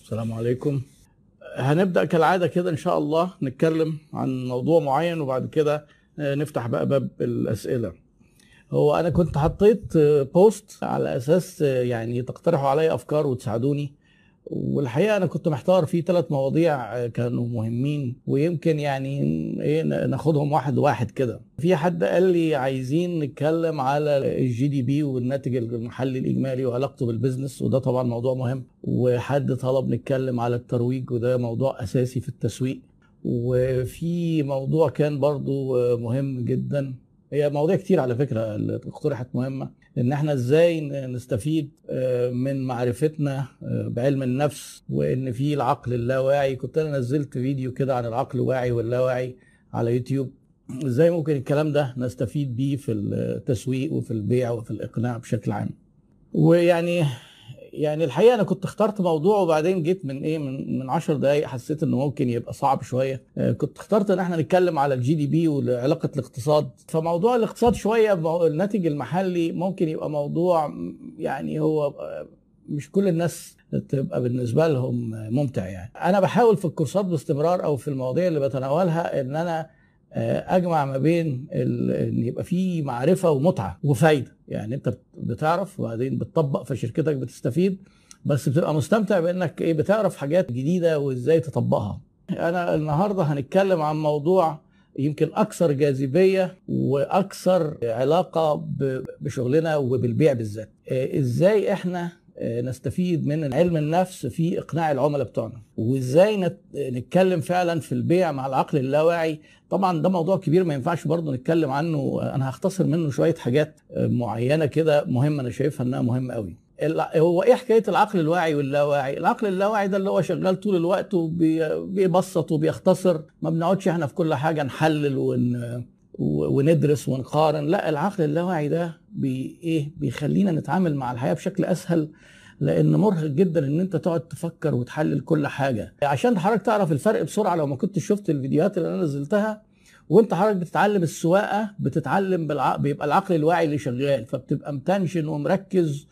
السلام عليكم. هنبدأ كالعادة كده إن شاء الله نتكلم عن موضوع معين وبعد كده نفتح بقى باب الأسئلة. هو أنا كنت حطيت بوست على أساس يعني تقترحوا علي أفكار وتساعدوني، والحقيقة أنا كنت محتار في 3 مواضيع كانوا مهمين، ويمكن يعني إيه ناخدهم واحد واحد كده. في حد قال لي عايزين نتكلم على الجي دي بي والناتج المحلي الإجمالي وعلاقته بالبزنس، وده طبعا موضوع مهم. وحد طلب نتكلم على الترويج، وده موضوع أساسي في التسويق. وفي موضوع كان برضو مهم جدا، هي مواضيع كتير على فكرة اللي اقترحت مهمة، ان احنا ازاي نستفيد من معرفتنا بعلم النفس، وان في العقل اللاواعي. كنت انا نزلت فيديو كده عن العقل الواعي واللاواعي على يوتيوب، ازاي ممكن الكلام ده نستفيد بيه في التسويق وفي البيع وفي الاقناع بشكل عام. ويعني الحقيقه انا كنت اخترت موضوع، وبعدين جيت من 10 دقائق حسيت انه ممكن يبقى صعب شويه. كنت اخترت ان احنا نتكلم على الجي دي بي وعلاقه الاقتصاد. فموضوع الاقتصاد شويه الناتج المحلي ممكن يبقى موضوع يعني هو مش كل الناس تبقى بالنسبه لهم ممتع. يعني انا بحاول في الكورسات باستمرار او في المواضيع اللي بتناولها ان انا اجمع ما بين ان يبقى في معرفه ومتعه وفايده. يعني انت بتعرف وبعدين بتطبق في شركتك بتستفيد، بس بتبقى مستمتع بانك بتعرف حاجات جديده وازاي تطبقها. انا النهارده هنتكلم عن موضوع يمكن اكثر جاذبيه واكثر علاقه بشغلنا وبالبيع بالذات. ازاي احنا نستفيد من علم النفس في اقناع العملاء بتوعنا، وازاي نتكلم فعلا في البيع مع العقل اللاواعي. طبعا ده موضوع كبير ما ينفعش برضه نتكلم عنه، انا هختصر منه شويه حاجات معينه كده مهمه، انا شايفها انها مهمه قوي. هو ايه حكايه العقل الواعي واللاواعي؟ العقل اللاواعي ده اللي هو شغال طول الوقت وبيبسط وبيختصر، ما بنقعدش احنا في كل حاجه نحلل وندرس ونقارن. لا، العقل اللاواعي ده بيخلينا نتعامل مع الحياه بشكل اسهل، لان مرهق جدا ان انت تقعد تفكر وتحلل كل حاجه. عشان حضرتك تعرف الفرق بسرعه، لو ما كنتش شفت الفيديوهات اللي انا نزلتها، وانت حضرتك بتتعلم السواقه بتتعلم بيبقى العقل الواعي اللي شغال، فبتبقى متنشن ومركز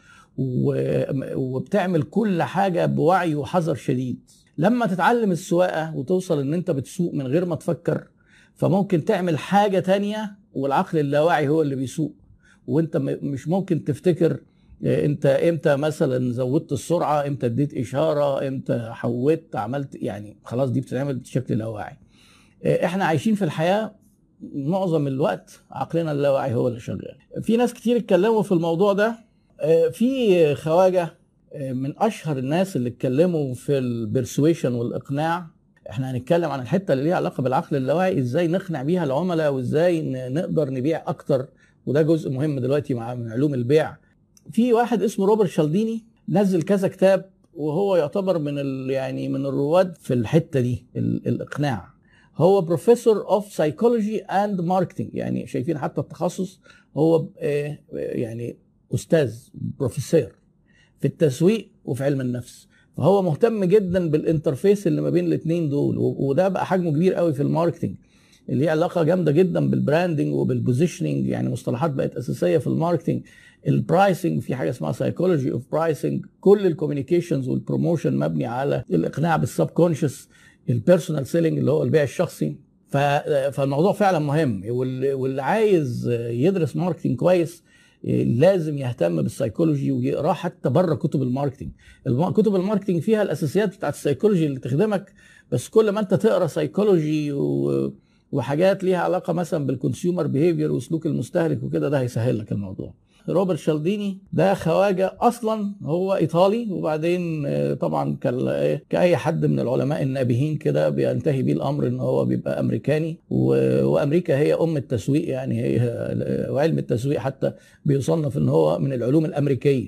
وبتعمل كل حاجه بوعي وحذر شديد. لما تتعلم السواقه وتوصل ان انت بتسوق من غير ما تفكر، فممكن تعمل حاجه تانية والعقل اللاواعي هو اللي بيسوق، وانت مش ممكن تفتكر انت امتى مثلا زودت السرعه، امتى اديت اشاره، امتى حودت عملت. يعني خلاص دي بتتعمل بشكل لاواعي. احنا عايشين في الحياه معظم الوقت عقلنا اللاواعي هو اللي شغال. في ناس كتير اتكلموا في الموضوع ده. في خواجه من اشهر الناس اللي اتكلموا في البرسويشن والاقناع. احنا هنتكلم عن الحته اللي ليها علاقه بالعقل اللاواعي، ازاي نقنع بيها العملاء وازاي نقدر نبيع اكتر، وده جزء مهم دلوقتي من علوم البيع. في واحد اسمه روبرت شالديني نزل كذا كتاب، وهو يعتبر من الرواد في الحته دي الاقناع. هو بروفيسور اوف سايكولوجي اند ماركتنج، يعني شايفين حتى التخصص، هو يعني استاذ بروفيسور في التسويق وفي علم النفس. فهو مهتم جدا بالانترفيس اللي ما بين الاثنين دول، وده بقى حجمه كبير قوي في الماركتنج، اللي هي علاقه جامده جدا بالبراندنج وبالبوزيشننج. يعني مصطلحات بقت اساسيه في الماركتنج. البرايسنج، في حاجه اسمها سايكولوجي اوف برايسنج. كل الكوميونيكيشنز والبروموشن مبني على الاقناع بالسب كونشس. البيرسونال سيلينج اللي هو البيع الشخصي. فالموضوع فعلا مهم، واللي عايز يدرس ماركتنج كويس لازم يهتم بالسايكولوجي ويقراه حتى بره كتب الماركتنج. كتب الماركتنج فيها الاساسيات بتاعت السايكولوجي اللي تخدمك، بس كل ما انت تقرا سايكولوجي وحاجات ليها علاقه مثلا بالكونسيومر بيهيفير وسلوك المستهلك وكده، ده هيسهل لك الموضوع. روبرت شالديني ده خواجه اصلا هو ايطالي، وبعدين طبعا كاي حد من العلماء النابهين كده بينتهي بيه الامر ان هو بيبقى امريكاني، وامريكا هي ام التسويق. يعني هي وعلم التسويق حتى بيصنف ان هو من العلوم الامريكيه.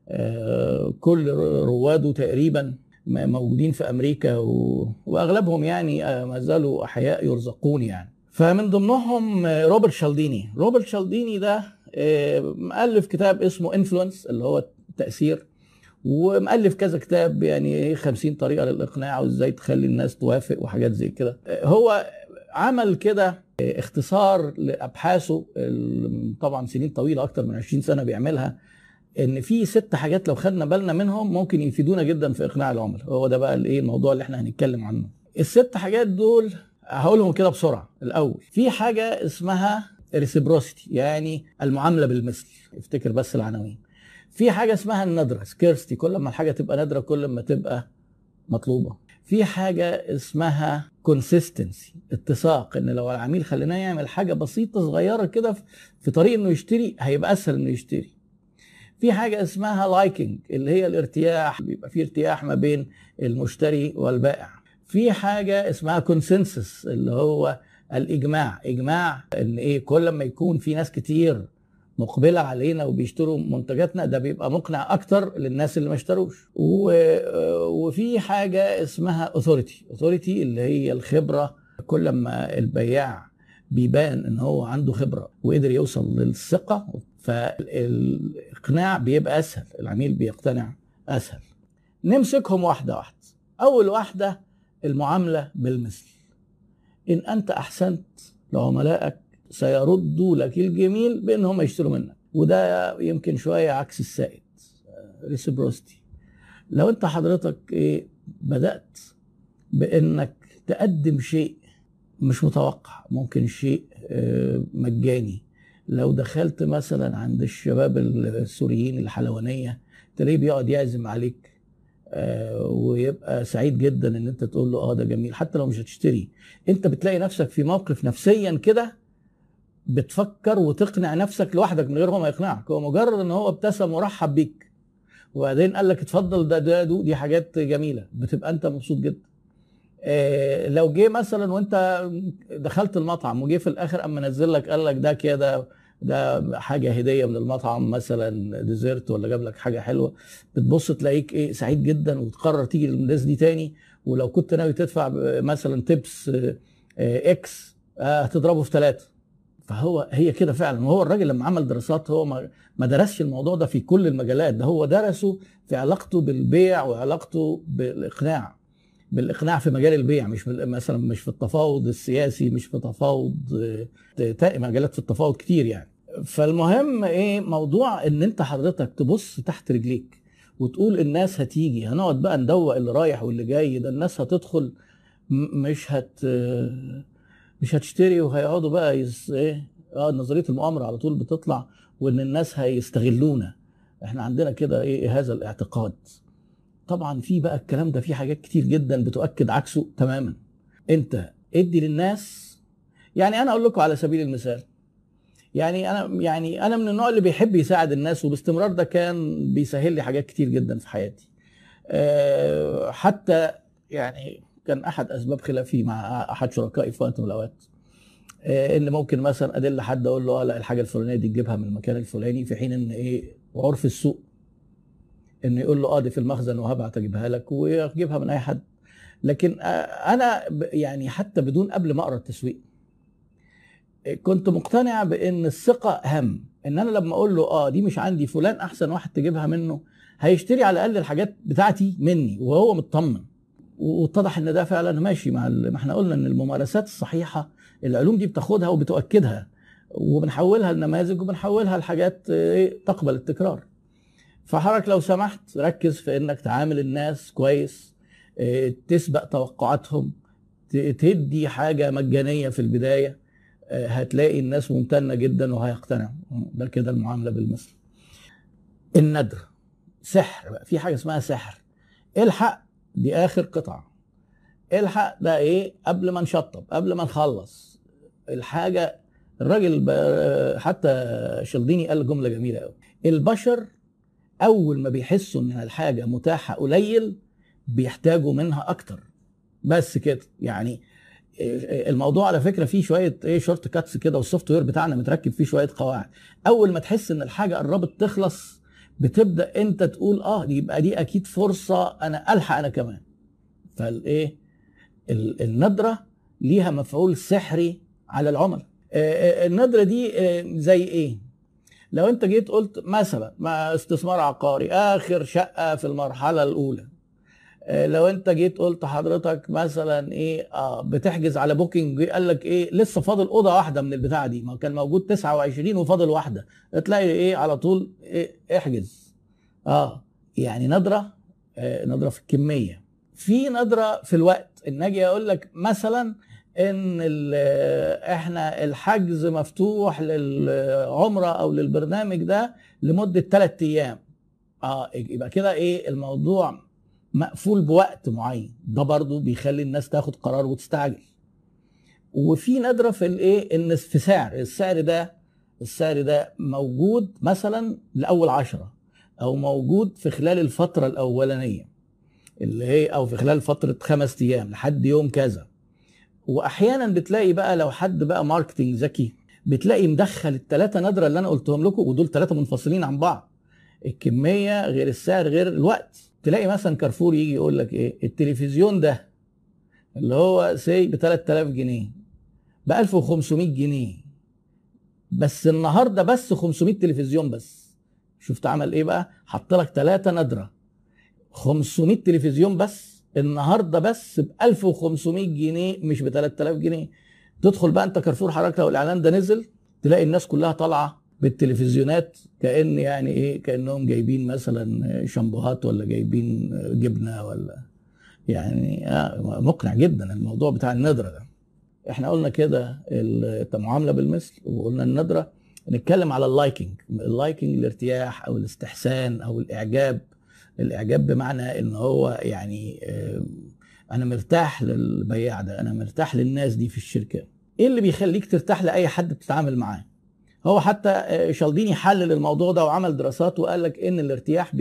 كل رواده تقريبا موجودين في امريكا، واغلبهم يعني ما زالوا احياء يرزقون يعني. فمن ضمنهم روبرت شالديني. روبرت شالديني ده مؤلف كتاب اسمه انفلونس اللي هو التأثير، ومؤلف كذا كتاب، يعني 50 طريقة للإقناع وازاي تخلي الناس توافق وحاجات زي كده. هو عمل كده اختصار لأبحاثه، طبعا سنين طويلة أكتر من 20 سنة بيعملها ان في 6 حاجات لو خدنا بالنا منهم ممكن يفيدونا جدا في اقناع العملاء. هو ده بقى الايه الموضوع اللي احنا هنتكلم عنه. ال6 حاجات دول هقولهم كده بسرعه. الاول، في حاجه اسمها reciprocity، يعني المعامله بالمثل. افتكر بس العناوين. في حاجه اسمها الندره scarcity، كل ما الحاجه تبقى نادره كل ما تبقى مطلوبه. في حاجه اسمها consistency، اتساق، ان لو العميل خليناه يعمل حاجه بسيطه صغيره كده في طريق انه يشتري هيبقى اسهل انه يشتري. في حاجه اسمها لايكنج، اللي هي الارتياح، بيبقى في ارتياح ما بين المشتري والبائع. في حاجه اسمها كونسنسس، اللي هو الاجماع. اجماع ان ايه، كل ما يكون في ناس كتير مقبله علينا وبيشتروا منتجاتنا ده بيبقى مقنع اكتر للناس اللي ما اشتروش. وفي حاجه اسمها اوثوريتي اللي هي الخبره. كل ما البياع بيبان ان هو عنده خبره وقدر يوصل للثقه فالاقناع بيبقى اسهل، العميل بيقتنع اسهل. نمسكهم واحده واحده. اول واحده المعامله بالمثل. ان انت احسنت لعملائك سيردوا لك الجميل بانهم يشتروا منك، وده يمكن شويه عكس السائد reciprocity. لو انت حضرتك بدات بانك تقدم شيء مش متوقع، ممكن شيء مجاني. لو دخلت مثلا عند الشباب السوريين الحلوانيه تلاقيه بيقعد يعزم عليك ويبقى سعيد جدا ان انت تقول له ده جميل، حتى لو مش هتشتري. انت بتلاقي نفسك في موقف نفسيا كده بتفكر وتقنع نفسك لوحدك من غير هو ما يقنعك. هو مجرد ان هو ابتسم ورحب بيك وبعدين قال لك اتفضل ده دي حاجات جميله، بتبقى انت مبسوط جدا. لو جه مثلا وانت دخلت المطعم وجه في الاخر اما نزل لك قال لك ده كده ده حاجه هديه من المطعم، مثلا ديزرت، ولا جاب لك حاجه حلوه، بتبص تلاقيك سعيد جدا وتقرر تيجي للناس دي تاني. ولو كنت ناوي تدفع مثلا تيبس اكس هتضربه في 3. هي كده فعلا. وهو الراجل لما عمل دراسات هو ما درسش الموضوع ده في كل المجالات، ده هو درسه في علاقته بالبيع وعلاقته بالاقناع في مجال البيع، مش مثلا مش في التفاوض السياسي، مش في تفاوض مجالات في التفاوض كتير يعني. فالمهم موضوع ان انت حضرتك تبص تحت رجليك وتقول الناس هتيجي، هنقعد بقى ندوق اللي رايح واللي جاي، ده الناس هتدخل مش هتشتري وهيقعدوا بقى نظريه المؤامره على طول بتطلع، وان الناس هيستغلونا. احنا عندنا كده هذا الاعتقاد. طبعا في بقى الكلام ده في حاجات كتير جدا بتؤكد عكسه تماما. انت ادي للناس، يعني انا اقول لكم على سبيل المثال، يعني انا من النوع اللي بيحب يساعد الناس، وباستمرار ده كان بيسهل لي حاجات كتير جدا في حياتي. حتى يعني كان احد اسباب خلافي مع احد شركائي في وقت من الاوقات ان ممكن مثلا ادل حد اقول له لا الحاجه الفلانيه دي تجيبها من المكان الفلاني، في حين ان عرف السوق انه يقول له دي في المخزن وهبعت اجيبها لك ويجيبها من اي حد. لكن انا يعني حتى بدون قبل ما اقرا التسويق كنت مقتنع بان الثقه اهم. ان انا لما اقول له دي مش عندي، فلان احسن واحد تجيبها منه، هيشتري على الاقل الحاجات بتاعتي مني وهو مطمن. واتضح ان ده فعلا ماشي مع ما احنا قلنا ان الممارسات الصحيحه العلوم دي بتاخدها وبتؤكدها وبنحولها لنماذج وبنحولها لحاجات تقبل التكرار. فحضرتك لو سمحت ركز في انك تعامل الناس كويس، تسبق توقعاتهم، تدي حاجه مجانيه في البدايه، هتلاقي الناس ممتنه جدا وهيقتنعوا. ده كده المعامله بالمثل. الندر سحر بقى، في حاجه اسمها سحر. الحق دي اخر قطعه. الحق ده قبل ما نشطب، قبل ما نخلص الحاجه. الراجل حتى شلديني قال جمله جميله قوي: البشر اول ما بيحسوا ان الحاجه متاحه قليل بيحتاجوا منها اكتر. بس كده يعني. الموضوع على فكره فيه شويه شورت كاتس كده، والسوفت وير بتاعنا متركب فيه شويه قواعد. اول ما تحس ان الحاجه قربت تخلص بتبدا انت تقول يبقى دي اكيد فرصه انا الحق انا كمان. الندره ليها مفعول سحري على العملاء. الندره دي زي لو انت جيت قلت مثلا مع استثمار عقاري اخر شقه في المرحله الاولى، لو انت جيت قلت حضرتك مثلا بتحجز على بوكينج، قال لك لسه فاضل اوضه واحده من البتاعه دي، ما كان موجود 29 وفاضل واحده، تلاقي على طول احجز. يعني نظره، نظره في الكميه، في نظره في الوقت. ان اجي اقول لك مثلا ان احنا الحجز مفتوح للعمره او للبرنامج ده لمده 3 ايام، يبقى كده ايه الموضوع مقفول بوقت معين، ده برضو بيخلي الناس تاخد قرار وتستعجل. وفي نادره في الايه، ان في السعر ده موجود مثلا لاول 10، او موجود في خلال الفتره الاولانيه اللي هي، او في خلال فتره 5 ايام لحد يوم كذا. واحيانا بتلاقي بقى لو حد بقى ماركتنج ذكي بتلاقي مدخل ال3 نادره اللي انا قلتهم لكم، ودول 3 منفصلين عن بعض، الكميه غير السعر غير الوقت. تلاقي مثلا كارفور يجي يقول لك ايه، التلفزيون ده اللي هو سي ب 3000 جنيه ب 1500 جنيه، بس النهارده بس 500 تلفزيون بس. شفت عمل ايه بقى؟ حط لك 3 نادره 500 تلفزيون بس النهارده بس ب 1500 جنيه مش ب 3000 جنيه. تدخل بقى انت كارفور حضرتك لو الاعلان ده نزل تلاقي الناس كلها طالعه بالتلفزيونات، كأن يعني ايه، كأنهم جايبين مثلا شامبوهات ولا جايبين جبنه ولا يعني. مقنع جدا الموضوع بتاع الندره ده. احنا قلنا كده المعامله بالمثل، وقلنا الندره. نتكلم على اللايكنج الارتياح او الاستحسان او الاعجاب بمعنى ان هو يعني انا مرتاح للبياع ده، انا مرتاح للناس دي في الشركه. ايه اللي بيخليك ترتاح لاي حد بتتعامل معاه؟ هو حتى شالديني حلل الموضوع ده وعمل دراسات وقال لك ان الارتياح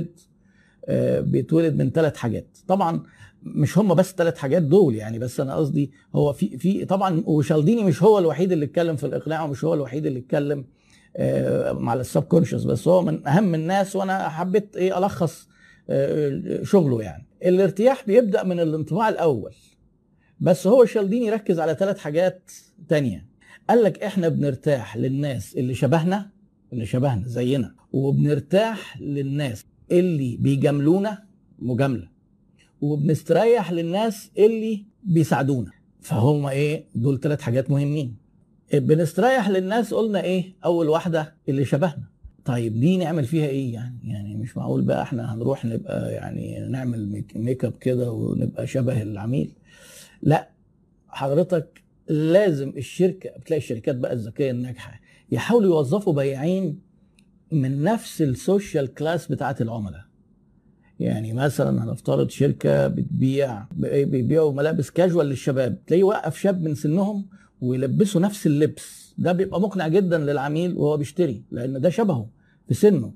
بيتولد من 3 حاجات. طبعا مش هم بس 3 حاجات دول يعني، بس انا قصدي هو في طبعا، وشالديني مش هو الوحيد اللي اتكلم في الاقناع، ومش هو الوحيد اللي اتكلم مع السب كونشس، بس هو من اهم الناس، وانا حبيت ايه الخص شغله. يعني الارتياح بيبدا من الانطباع الاول، بس هو شالديني ركز على 3 حاجات تانية. قال لك احنا بنرتاح للناس اللي شبهنا زينا، وبنرتاح للناس اللي بيجاملونا مجامله، وبنستريح للناس اللي بيساعدونا. فهم ايه دول 3 حاجات مهمين. بنستريح للناس قلنا ايه، اول واحده اللي شبهنا. طيب دي نعمل فيها ايه يعني مش معقول بقى احنا هنروح نبقى يعني نعمل ميك اب كده ونبقى شبه العميل. لا، حضرتك لازم بتلاقي الشركات بقى الذكيه الناجحه يحاولوا يوظفوا بياعين من نفس السوشيال كلاس بتاعت العملاء. يعني مثلا هنفترض شركه بيبيعوا ملابس كاجوال للشباب، تلاقيه وقف شاب من سنهم ويلبسوا نفس اللبس. ده بيبقى مقنع جدا للعميل وهو بيشتري، لان ده شبهه في سنه.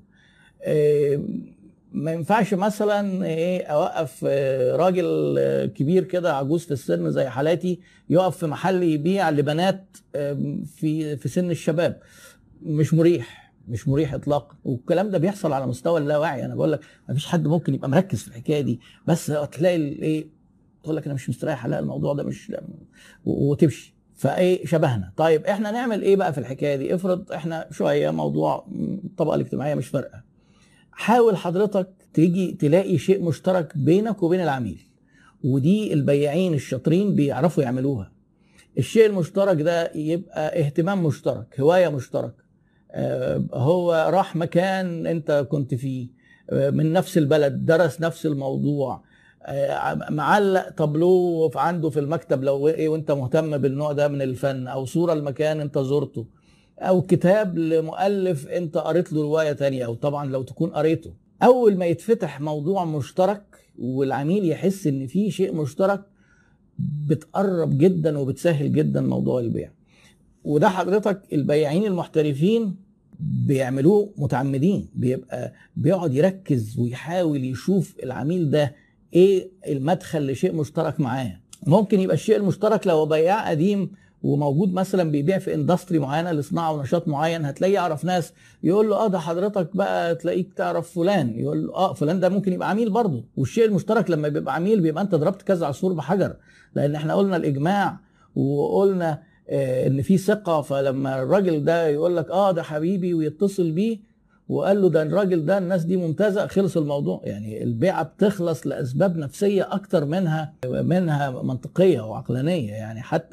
ما ينفعش مثلا ايه اوقف راجل كبير كده عجوز في السن زي حالاتي يقف في محل يبيع لبنات في سن الشباب. مش مريح اطلاقا. والكلام ده بيحصل على مستوى اللاواعي. انا بقول لك ما فيش حد ممكن يبقى مركز في الحكايه دي، بس تلاقي ايه، تقول لك انا مش مستريح، لا الموضوع ده مش، وتمشي. فايه شبهنا. طيب احنا نعمل ايه بقى في الحكايه دي؟ افرض احنا شويه موضوع الطبقه الاجتماعيه مش فارقه، حاول حضرتك تيجي تلاقي شيء مشترك بينك وبين العميل، ودي البياعين الشاطرين بيعرفوا يعملوها. الشيء المشترك ده يبقى اهتمام مشترك، هوايه مشتركه، هو راح مكان انت كنت فيه، من نفس البلد، درس نفس الموضوع، معلق تابلو عنده في المكتب لو ايه وانت مهتم بالنوع ده من الفن، او صورة المكان انت زرته، او كتاب لمؤلف انت قريت له رواية تانية، او طبعا لو تكون قريته. اول ما يتفتح موضوع مشترك والعميل يحس ان في شيء مشترك، بتقرب جدا وبتسهل جدا موضوع البيع. وده حضرتك البياعين المحترفين بيعملوه متعمدين، بيقعد يركز ويحاول يشوف العميل ده ايه المدخل لشيء مشترك معاه. ممكن يبقى الشيء المشترك لو بياع قديم وموجود مثلا بيبيع في اندستري معينه لصناعه ونشاط معين، هتلاقيه يعرف ناس، يقول له ده حضرتك بقى تلاقيك تعرف فلان، يقول له فلان ده ممكن يبقى عميل برضه. والشيء المشترك لما بيبقى عميل بيبقى انت ضربت كذا عصفور بحجر، لان احنا قلنا الاجماع وقلنا ان في ثقه. فلما الراجل ده يقول لك ده حبيبي ويتصل بيه وقال له ده الراجل ده الناس دي ممتازه، خلص الموضوع. يعني البيعه بتخلص لاسباب نفسيه اكتر منها منطقيه وعقلانيه. يعني حتى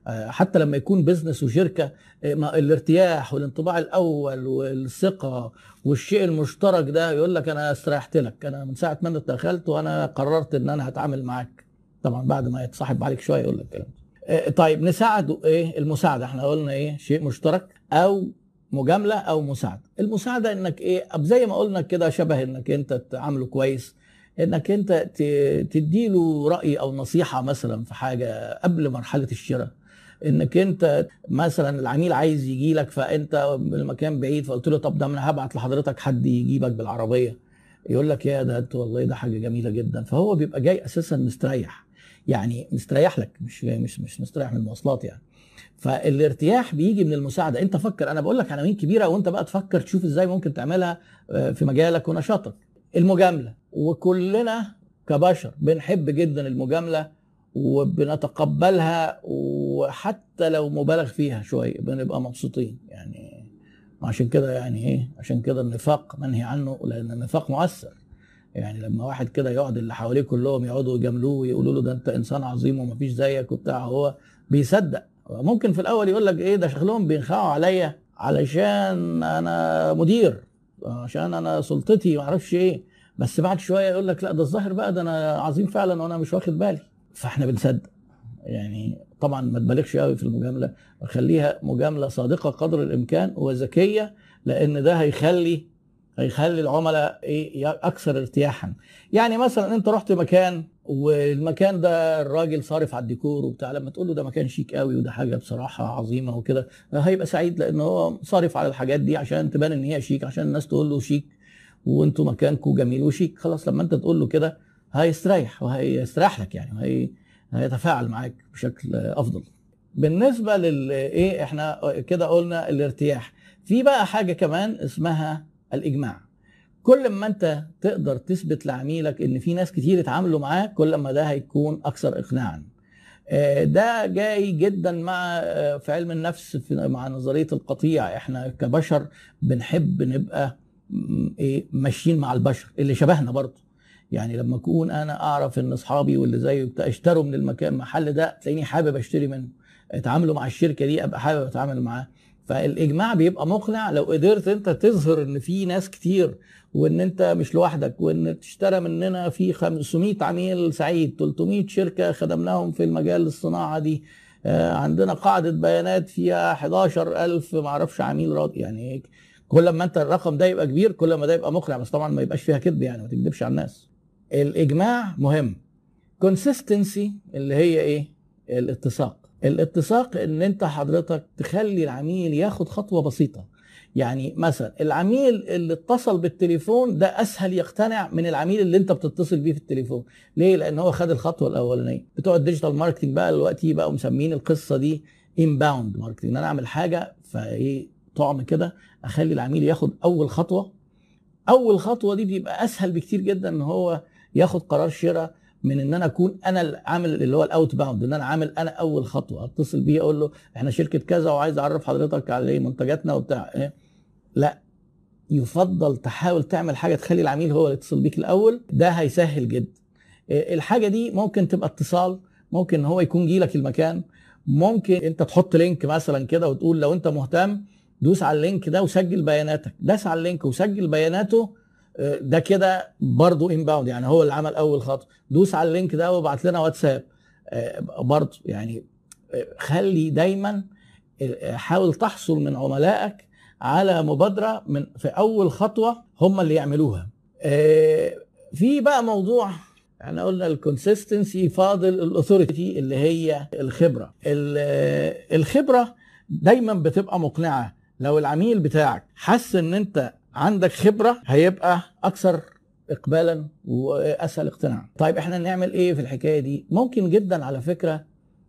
حتى لما يكون بزنس وشركه، الارتياح والانطباع الاول والثقه والشيء المشترك ده، يقول لك انا استريحت لك، انا من ساعه ما انت دخلت وانا قررت ان انا هتعامل معاك. طبعا بعد ما يتصاحب عليك شويه يقول لك الكلام ده. طيب نساعده ايه؟ المساعده احنا قلنا ايه؟ شيء مشترك او مجامله او مساعده. المساعده انك ايه؟ زي ما قلنا كده، شبه انك انت تعامله كويس، انك انت تديله راي او نصيحه مثلا في حاجه قبل مرحله الشراء. انك انت مثلا العميل عايز يجي لك، فانت المكان بعيد، فقلت له طب ده انا هبعت لحضرتك حد يجيبك بالعربيه. يقول لك يا ده انت والله ده حاجه جميله جدا. فهو بيبقى جاي اساسا مستريح، يعني مستريح لك، مش جاي مش مستريح من المواصلات يعني. فالارتياح بيجي من المساعده. انت فكر، انا بقول لك عناوين كبيره وانت بقى تفكر تشوف ازاي ممكن تعملها في مجالك ونشاطك. المجامله، وكلنا كبشر بنحب جدا المجامله وبنتقبلها، وحتى لو مبالغ فيها شويه بنبقى مبسوطين يعني. عشان كده يعني ايه، عشان كده النفاق منهي عنه، لان النفاق مؤثر. يعني لما واحد كده يقعد اللي حواليه كلهم يقعدوا يجاملوه ويقولوا له ده انت انسان عظيم ومفيش زيك وبتاع، هو بيصدق. ممكن في الاول يقول لك ايه ده شكلهم بينخعوا عليا علشان انا مدير، عشان انا سلطتي ما اعرفش ايه. بس بعد شويه يقول لك لا ده الظاهر بقى ده انا عظيم فعلا وانا مش واخد بالي. فاحنا بنصدق يعني. طبعا ما تبالغش قوي في المجامله، خليها مجامله صادقه قدر الامكان وذكيه، لان ده هيخلي العملاء ايه اكثر ارتياحا. يعني مثلا انت رحت مكان والمكان ده الراجل صارف على الديكور وبتاع، لما تقول له ده مكان شيك قوي وده حاجه بصراحه عظيمه وكده، هيبقى سعيد لان هو صارف على الحاجات دي عشان تبان ان هي شيك، عشان الناس تقول له شيك وانتوا مكانكم جميل وشيك. خلاص لما انت تقول له كده هيستريح وهيستريح لك يعني، هيتفاعل معاك بشكل افضل. بالنسبه للايه، احنا كده قلنا الارتياح. في بقى حاجه كمان اسمها الاجماع. كل ما انت تقدر تثبت لعميلك ان في ناس كتير اتعاملوا معاه، كل ما ده هيكون اكثر اقناعا. ده جاي جدا مع في علم النفس، مع نظريه القطيع. احنا كبشر بنحب نبقى ايه ماشيين مع البشر اللي شبهنا برضه. يعني لما اكون انا اعرف ان اصحابي واللي زيي بتاع اشتروا من المحل ده، تلاقيني حابب اشتري منه. اتعاملوا مع الشركه دي ابقى حابب اتعامل معاه. فالاجماع بيبقى مقنع لو قدرت انت تظهر ان في ناس كتير، وان انت مش لوحدك، وان تشترى مننا في 500 عميل سعيد، 300 شركه خدمناهم في المجال الصناعه دي، عندنا قاعده بيانات فيها 11,000 معرفش عميل راضي يعني. كل ما انت الرقم ده يبقى كبير كل ما ده يبقى مقنع، بس طبعا ما يبقاش فيها كذب يعني، ما تكذبش على الناس. الاجماع مهم. كونسيستنسي اللي هي ايه؟ الاتساق ان انت حضرتك تخلي العميل ياخد خطوه بسيطه. يعني مثلا العميل اللي اتصل بالتليفون ده اسهل يقتنع من العميل اللي انت بتتصل بيه في التليفون. ليه؟ لان هو خد الخطوه الاولانيه. بتوع الديجيتال ماركتنج بقى دلوقتي بقوا مسمين القصه دي انباوند ماركتنج، ان انا اعمل حاجه فايه طعم كده، اخلي العميل ياخد اول خطوه. اول خطوه دي بيبقى اسهل بكتير جدا ان هو ياخد قرار شراء، من ان انا اكون انا عامل اللي هو الاوت باوند، ان انا عامل انا اول خطوه اتصل بيه اقول له احنا شركه كذا وعايز اعرف حضرتك على منتجاتنا وبتاع إيه؟ لا، يفضل تحاول تعمل حاجه تخلي العميل هو اللي يتصل بيك الاول. ده هيسهل جدا. الحاجه دي ممكن تبقى اتصال، ممكن هو يكون جيلك المكان، ممكن انت تحط لينك مثلا كده وتقول لو انت مهتم دوس على اللينك ده وسجل بياناتك. داس على اللينك وسجل بياناته، ده كده برضو انباوند، يعني هو اللي عمل اول خطوه. دوس على اللينك ده وابعت لنا واتساب برضو يعني. خلي دايما حاول تحصل من عملائك على مبادره من في اول خطوه هم اللي يعملوها. في بقى موضوع احنا قلنا الكونسيستنسي، فاضل الاثوريتي اللي هي الخبره. الخبره دايما بتبقى مقنعه. لو العميل بتاعك حس ان انت عندك خبره هيبقى اكثر اقبالا واسهل اقتناعا. طيب احنا نعمل ايه في الحكايه دي؟ ممكن جدا على فكره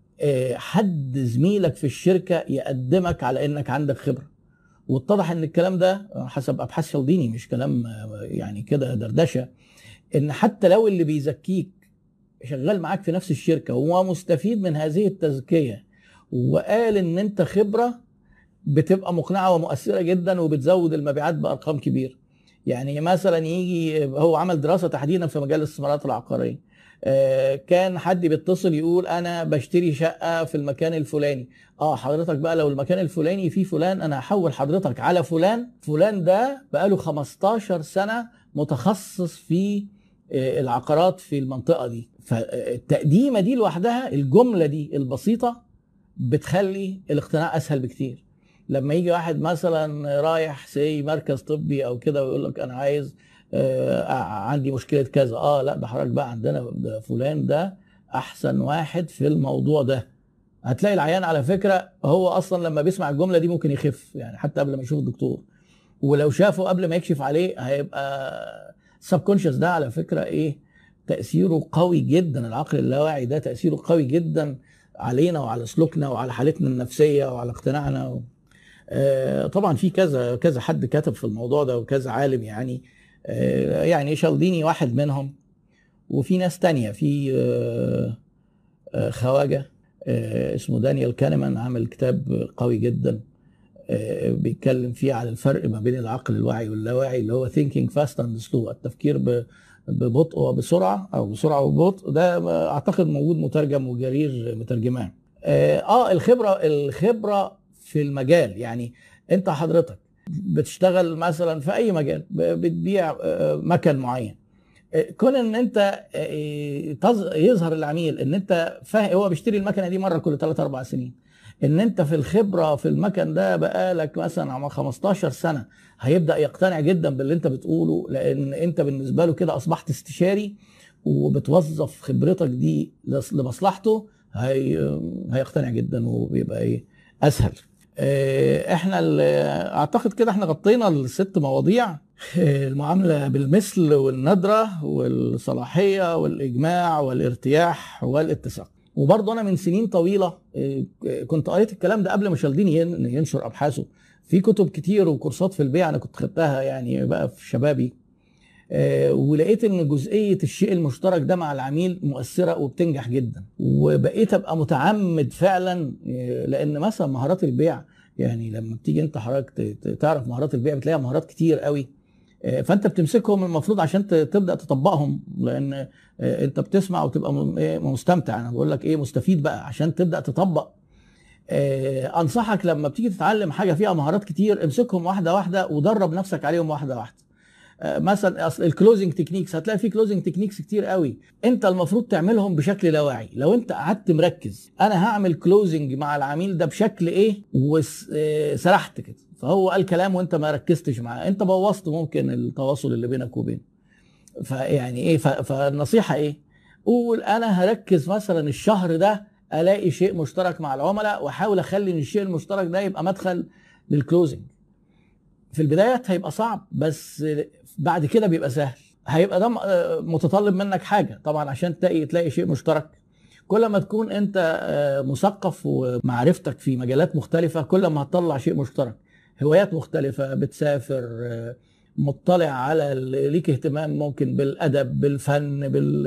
حد زميلك في الشركه يقدمك على انك عندك خبره، واتضح ان الكلام ده حسب ابحاث شالديني، مش كلام يعني كده دردشه، ان حتى لو اللي بيزكيك شغال معاك في نفس الشركه ومستفيد من هذه التزكيه وقال ان انت خبره، بتبقى مقنعه ومؤثره جدا وبتزود المبيعات بارقام كبيره. يعني مثلا يجي هو عمل دراسه تحديدا في مجال الاستثمارات العقاريه، كان حد بيتصل يقول انا بشتري شقه في المكان الفلاني. حضرتك بقى لو المكان الفلاني فيه فلان، انا هحول حضرتك على فلان. فلان ده بقاله 15 سنه متخصص في العقارات في المنطقه دي. فالتقديمه دي لوحدها، الجمله دي البسيطه بتخلي الاقتناع اسهل بكتير. لما يجي واحد مثلا رايح مركز طبي او كده ويقول لك انا عايز عندي مشكله كذا، لا ده حضرتك بقى عندنا ده فلان ده احسن واحد في الموضوع ده. هتلاقي العيان على فكره هو اصلا لما بيسمع الجمله دي ممكن يخف، يعني حتى قبل ما يشوف الدكتور. ولو شافه قبل ما يكشف عليه هيبقى سبكونشس. ده على فكره تاثيره قوي جدا. العقل اللاواعي ده تاثيره قوي جدا علينا وعلى سلوكنا وعلى حالتنا النفسيه وعلى اقتناعنا. طبعا في كذا حد كتب في الموضوع ده وكذا عالم، يعني شالديني واحد منهم، وفي ناس تانية. في خواجة اسمه دانيال كانمان عامل كتاب قوي جدا بيتكلم فيه على الفرق ما بين العقل الواعي واللاواعي، اللي هو thinking fast and slow، التفكير ببطء وبسرعة او بسرعة وببطء. ده اعتقد موجود مترجم وجرير مترجمان. الخبرة في المجال، يعني انت حضرتك بتشتغل مثلا في اي مجال، بتبيع مكن معين، كون ان انت يظهر العميل ان انت فاهم هو بيشتري المكنه دي مره كل 3 4 سنين، ان انت في الخبره في المكن ده بقالك مثلا 15 سنه، هيبدا يقتنع جدا باللي انت بتقوله، لان انت بالنسبه له كده اصبحت استشاري وبتوظف خبرتك دي لمصلحته. هيقتنع جدا وبيبقى اسهل. احنا اعتقد كده احنا غطينا ال6 مواضيع: المعاملة بالمثل والندرة والصلاحية والإجماع والارتياح والاتساق. وبرضه أنا من سنين طويلة كنت قريت الكلام ده قبل ما شالديني ينشر أبحاثه في كتب كتير وكورسات في البيع. أنا كنت خدتها يعني بقى في شبابي، ولقيت ان جزئيه الشيء المشترك ده مع العميل مؤثره وبتنجح جدا. وبقيت ابقى متعمد فعلا، لان مثلا مهارات البيع، يعني لما بتيجي انت حضرتك تعرف مهارات البيع بتلاقيها مهارات كتير قوي، فانت بتمسكهم المفروض عشان تبدا تطبقهم، لان انت بتسمع وتبقى مستمتع. انا بقول لك مستفيد بقى عشان تبدا تطبق. انصحك لما بتيجي تتعلم حاجه فيها مهارات كتير، امسكهم واحده واحده ودرب نفسك عليهم واحده واحده. مثلا اصل الكلوزنج تكنيكس، هتلاقي في كلوزنج تكنيكس كتير قوي، انت المفروض تعملهم بشكل لا واعي. لو انت قعدت مركز انا هعمل كلوزنج مع العميل ده بشكل وسرحت كده، فهو قال كلام وانت ما ركزتش معاه، انت بوظت ممكن التواصل اللي بينك وبينه. فيعني فالنصيحه قول انا هركز مثلا الشهر ده الاقي شيء مشترك مع العملاء، واحاول اخلي ان الشيء المشترك ده يبقى مدخل للكلوزنج. في البدايات هيبقى صعب، بس بعد كده بيبقى سهل. هيبقى ده متطلب منك حاجة طبعا عشان تلاقي شيء مشترك. كل ما تكون انت مثقف ومعرفتك في مجالات مختلفة، كل ما هتطلع شيء مشترك. هوايات مختلفة، بتسافر، مطلع على ليك اهتمام ممكن بالأدب، بالفن،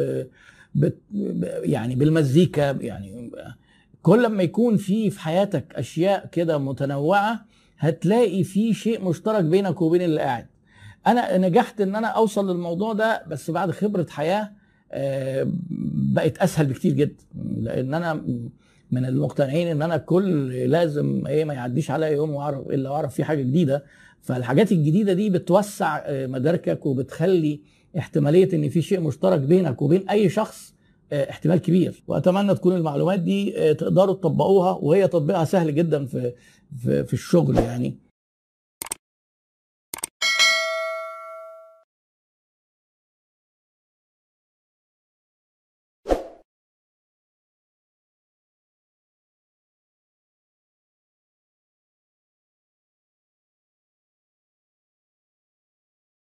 يعني بالمزيكا. يعني كل ما يكون في حياتك أشياء كده متنوعة، هتلاقي في شيء مشترك بينك وبين اللي قاعد. انا نجحت ان انا اوصل للموضوع ده، بس بعد خبرة حياة بقت اسهل بكتير جدا، لان انا من المقتنعين ان انا لازم ما يعديش عليا يوم واعرف فيه حاجة جديدة. فالحاجات الجديدة دي بتوسع مداركك وبتخلي احتمالية ان في شيء مشترك بينك وبين اي شخص احتمال كبير. واتمنى تكون المعلومات دي تقدروا تطبقوها، وهي تطبيقها سهل جدا في الشغل يعني.